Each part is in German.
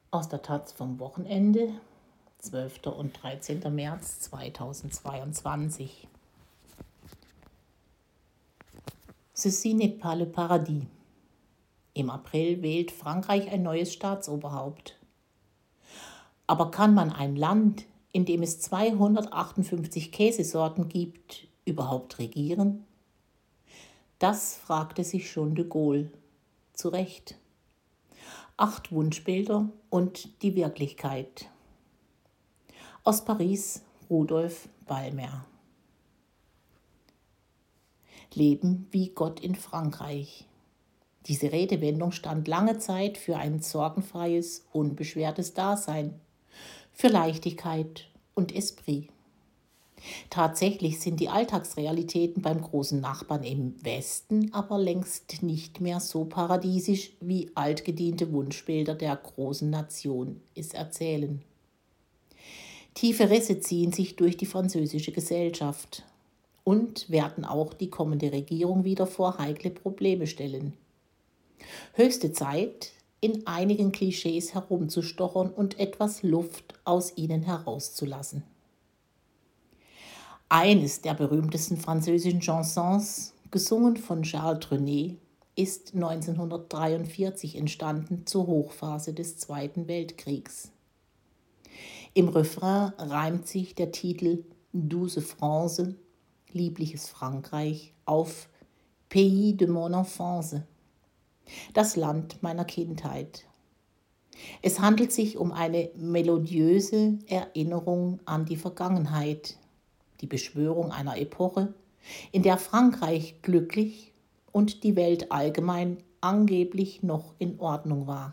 Aus der taz vom Wochenende, 12. und 13. März 2022. Ceci n'est pas le paradis. Im April wählt Frankreich ein neues Staatsoberhaupt. Aber kann man ein Land, in dem es 258 Käsesorten gibt, überhaupt regieren? Das fragte sich schon de Gaulle. Zu Recht. 8 Wunschbilder und die Wirklichkeit. Aus Paris, Rudolf Ballmer. Leben wie Gott in Frankreich. Diese Redewendung stand lange Zeit für ein sorgenfreies, unbeschwertes Dasein, für Leichtigkeit und Esprit. Tatsächlich sind die Alltagsrealitäten beim großen Nachbarn im Westen aber längst nicht mehr so paradiesisch, wie altgediente Wunschbilder der großen Nation es erzählen. Tiefe Risse ziehen sich durch die französische Gesellschaft und werden auch die kommende Regierung wieder vor heikle Probleme stellen. Höchste Zeit, in einigen Klischees herumzustochern und etwas Luft aus ihnen herauszulassen. Eines der berühmtesten französischen Chansons, gesungen von Charles Trenet, ist 1943 entstanden zur Hochphase des Zweiten Weltkriegs. Im Refrain reimt sich der Titel Douce France, liebliches Frankreich, auf Pays de mon enfance, das Land meiner Kindheit. Es handelt sich um eine melodiöse Erinnerung an die Vergangenheit, die Beschwörung einer Epoche, in der Frankreich glücklich und die Welt allgemein angeblich noch in Ordnung war.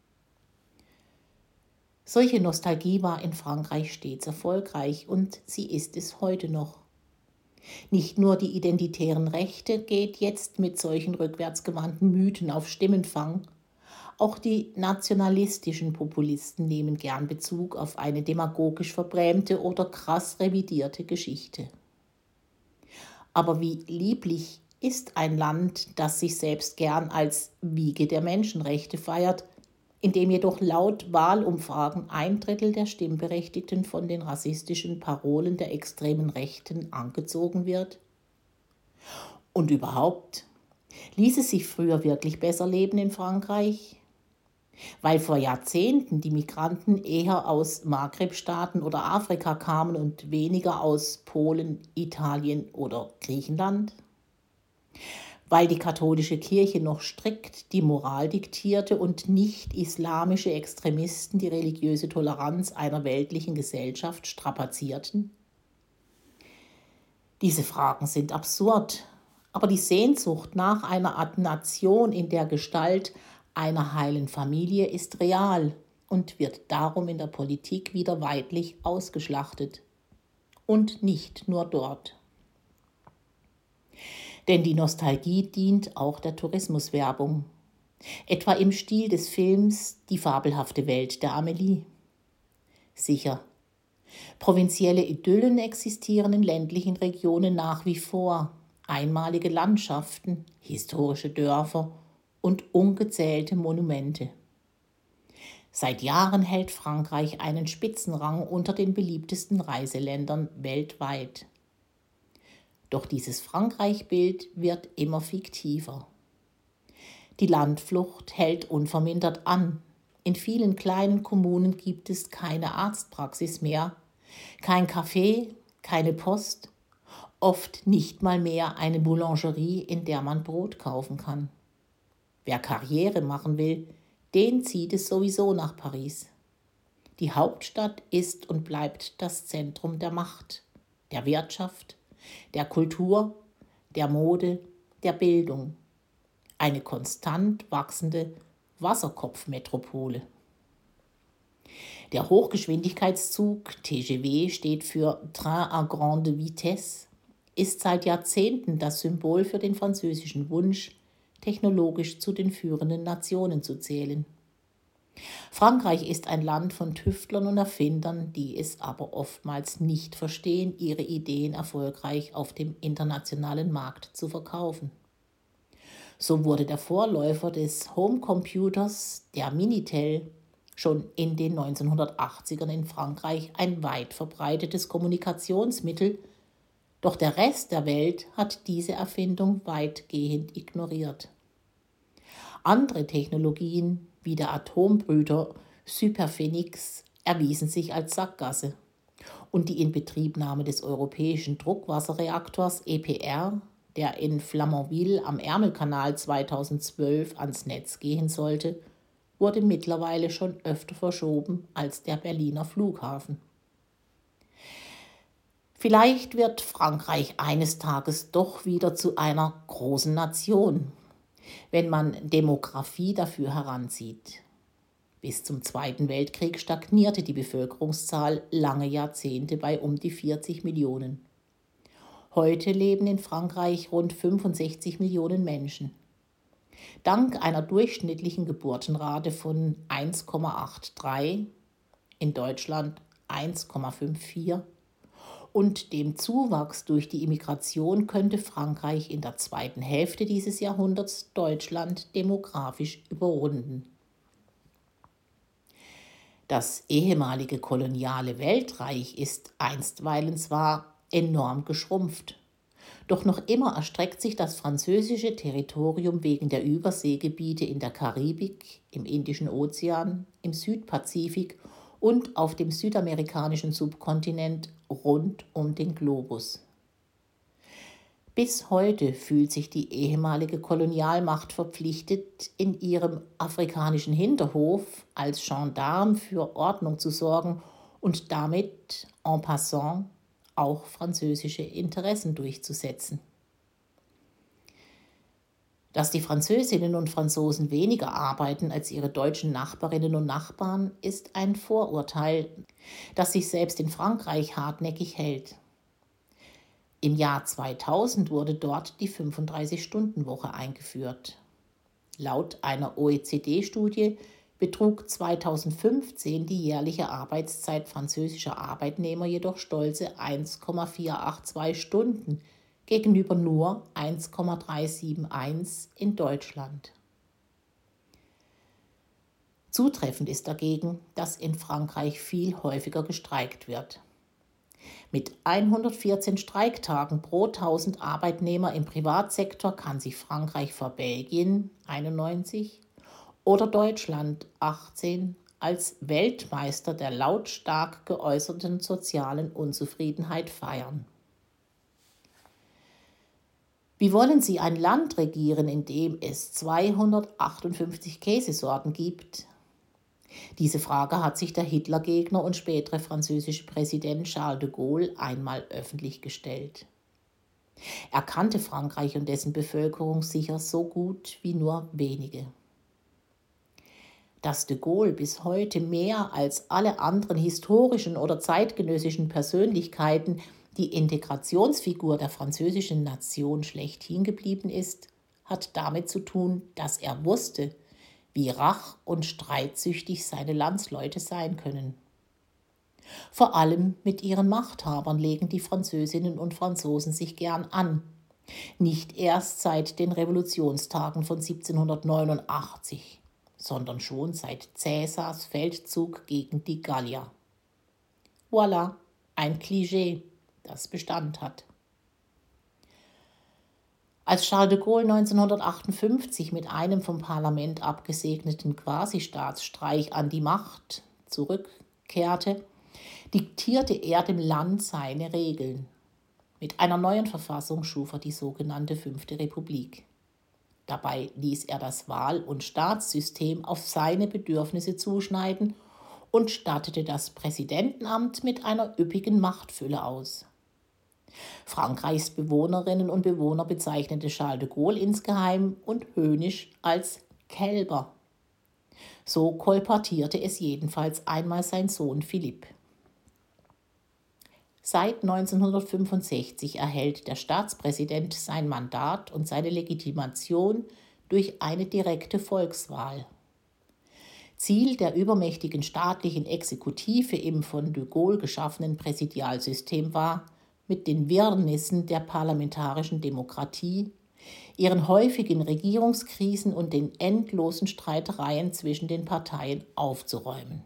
Solche Nostalgie war in Frankreich stets erfolgreich und sie ist es heute noch. Nicht nur die identitären Rechte geht jetzt mit solchen rückwärtsgewandten Mythen auf Stimmenfang, auch die nationalistischen Populisten nehmen gern Bezug auf eine demagogisch verbrämte oder krass revidierte Geschichte. Aber wie lieblich ist ein Land, das sich selbst gern als Wiege der Menschenrechte feiert, in dem jedoch laut Wahlumfragen 1/3 der Stimmberechtigten von den rassistischen Parolen der extremen Rechten angezogen wird? Und überhaupt, ließ es sich früher wirklich besser leben in Frankreich? Weil vor Jahrzehnten die Migranten eher aus Maghreb-Staaten oder Afrika kamen und weniger aus Polen, Italien oder Griechenland? Weil die katholische Kirche noch strikt die Moral diktierte und nicht islamische Extremisten die religiöse Toleranz einer weltlichen Gesellschaft strapazierten? Diese Fragen sind absurd, aber die Sehnsucht nach einer Art Nation in der Gestalt einer heilen Familie ist real und wird darum in der Politik wieder weidlich ausgeschlachtet. Und nicht nur dort. Denn die Nostalgie dient auch der Tourismuswerbung, etwa im Stil des Films Die fabelhafte Welt der Amelie. Sicher, provinzielle Idyllen existieren in ländlichen Regionen nach wie vor, einmalige Landschaften, historische Dörfer und ungezählte Monumente. Seit Jahren hält Frankreich einen Spitzenrang unter den beliebtesten Reiseländern weltweit. Doch dieses Frankreich-Bild wird immer fiktiver. Die Landflucht hält unvermindert an. In vielen kleinen Kommunen gibt es keine Arztpraxis mehr, kein Café, keine Post, oft nicht mal mehr eine Boulangerie, in der man Brot kaufen kann. Wer Karriere machen will, den zieht es sowieso nach Paris. Die Hauptstadt ist und bleibt das Zentrum der Macht, der Wirtschaft, der Kultur, der Mode, der Bildung. Eine konstant wachsende Wasserkopfmetropole. Der Hochgeschwindigkeitszug TGV steht für Train à grande vitesse, ist seit Jahrzehnten das Symbol für den französischen Wunsch, technologisch zu den führenden Nationen zu zählen. Frankreich ist ein Land von Tüftlern und Erfindern, die es aber oftmals nicht verstehen, ihre Ideen erfolgreich auf dem internationalen Markt zu verkaufen. So wurde der Vorläufer des Homecomputers, der Minitel, schon in den 1980ern in Frankreich ein weit verbreitetes Kommunikationsmittel, doch der Rest der Welt hat diese Erfindung weitgehend ignoriert. Andere Technologien wie der Atombrüter Superphénix erwiesen sich als Sackgasse und die Inbetriebnahme des europäischen Druckwasserreaktors EPR, der in Flamanville am Ärmelkanal 2012 ans Netz gehen sollte, wurde mittlerweile schon öfter verschoben als der Berliner Flughafen. Vielleicht wird Frankreich eines Tages doch wieder zu einer großen Nation, wenn man Demografie dafür heranzieht. Bis zum Zweiten Weltkrieg stagnierte die Bevölkerungszahl lange Jahrzehnte bei um die 40 Millionen. Heute leben in Frankreich rund 65 Millionen Menschen. Dank einer durchschnittlichen Geburtenrate von 1,83, in Deutschland 1,54 und dem Zuwachs durch die Immigration könnte Frankreich in der zweiten Hälfte dieses Jahrhunderts Deutschland demografisch überrunden. Das ehemalige koloniale Weltreich ist einstweilen zwar enorm geschrumpft, doch noch immer erstreckt sich das französische Territorium wegen der Überseegebiete in der Karibik, im Indischen Ozean, im Südpazifik und auf dem südamerikanischen Subkontinent rund um den Globus. Bis heute fühlt sich die ehemalige Kolonialmacht verpflichtet, in ihrem afrikanischen Hinterhof als Gendarme für Ordnung zu sorgen und damit en passant auch französische Interessen durchzusetzen. Dass die Französinnen und Franzosen weniger arbeiten als ihre deutschen Nachbarinnen und Nachbarn, ist ein Vorurteil, das sich selbst in Frankreich hartnäckig hält. Im Jahr 2000 wurde dort die 35-Stunden-Woche eingeführt. Laut einer OECD-Studie betrug 2015 die jährliche Arbeitszeit französischer Arbeitnehmer jedoch stolze 1,482 Stunden gegenüber nur 1,371 in Deutschland. Zutreffend ist dagegen, dass in Frankreich viel häufiger gestreikt wird. Mit 114 Streiktagen pro 1000 Arbeitnehmer im Privatsektor kann sich Frankreich vor Belgien 91 oder Deutschland 18 als Weltmeister der lautstark geäußerten sozialen Unzufriedenheit feiern. Wie wollen Sie ein Land regieren, in dem es 258 Käsesorten gibt? Diese Frage hat sich der Hitlergegner und spätere französische Präsident Charles de Gaulle einmal öffentlich gestellt. Er kannte Frankreich und dessen Bevölkerung sicher so gut wie nur wenige. Dass de Gaulle bis heute mehr als alle anderen historischen oder zeitgenössischen Persönlichkeiten die Integrationsfigur der französischen Nation schlechthin geblieben ist, hat damit zu tun, dass er wusste, wie rach- und streitsüchtig seine Landsleute sein können. Vor allem mit ihren Machthabern legen die Französinnen und Franzosen sich gern an. Nicht erst seit den Revolutionstagen von 1789, sondern schon seit Cäsars Feldzug gegen die Gallier. Voilà, ein Klischee, das Bestand hat. Als Charles de Gaulle 1958 mit einem vom Parlament abgesegneten Quasi-Staatsstreich an die Macht zurückkehrte, diktierte er dem Land seine Regeln. Mit einer neuen Verfassung schuf er die sogenannte 5. Republik. Dabei ließ er das Wahl- und Staatssystem auf seine Bedürfnisse zuschneiden und stattete das Präsidentenamt mit einer üppigen Machtfülle aus. Frankreichs Bewohnerinnen und Bewohner bezeichnete Charles de Gaulle insgeheim und höhnisch als Kälber. So kolportierte es jedenfalls einmal sein Sohn Philipp. Seit 1965 erhält der Staatspräsident sein Mandat und seine Legitimation durch eine direkte Volkswahl. Ziel der übermächtigen staatlichen Exekutive im von de Gaulle geschaffenen Präsidialsystem war, mit den Wirrnissen der parlamentarischen Demokratie ihren häufigen Regierungskrisen und den endlosen Streitereien zwischen den Parteien aufzuräumen.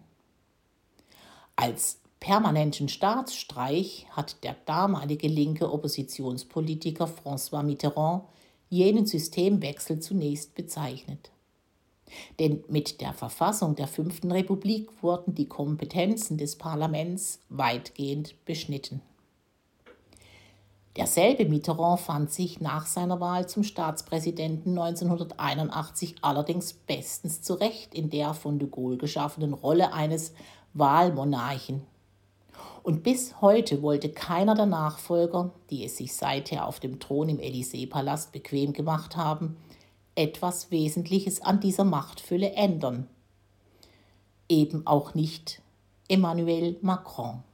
Als permanenten Staatsstreich hat der damalige linke Oppositionspolitiker François Mitterrand jenen Systemwechsel zunächst bezeichnet. Denn mit der Verfassung der 5. Republik wurden die Kompetenzen des Parlaments weitgehend beschnitten. Derselbe Mitterrand fand sich nach seiner Wahl zum Staatspräsidenten 1981 allerdings bestens zurecht in der von de Gaulle geschaffenen Rolle eines Wahlmonarchen. Und bis heute wollte keiner der Nachfolger, die es sich seither auf dem Thron im Élysée-Palast bequem gemacht haben, etwas Wesentliches an dieser Machtfülle ändern. Eben auch nicht Emmanuel Macron.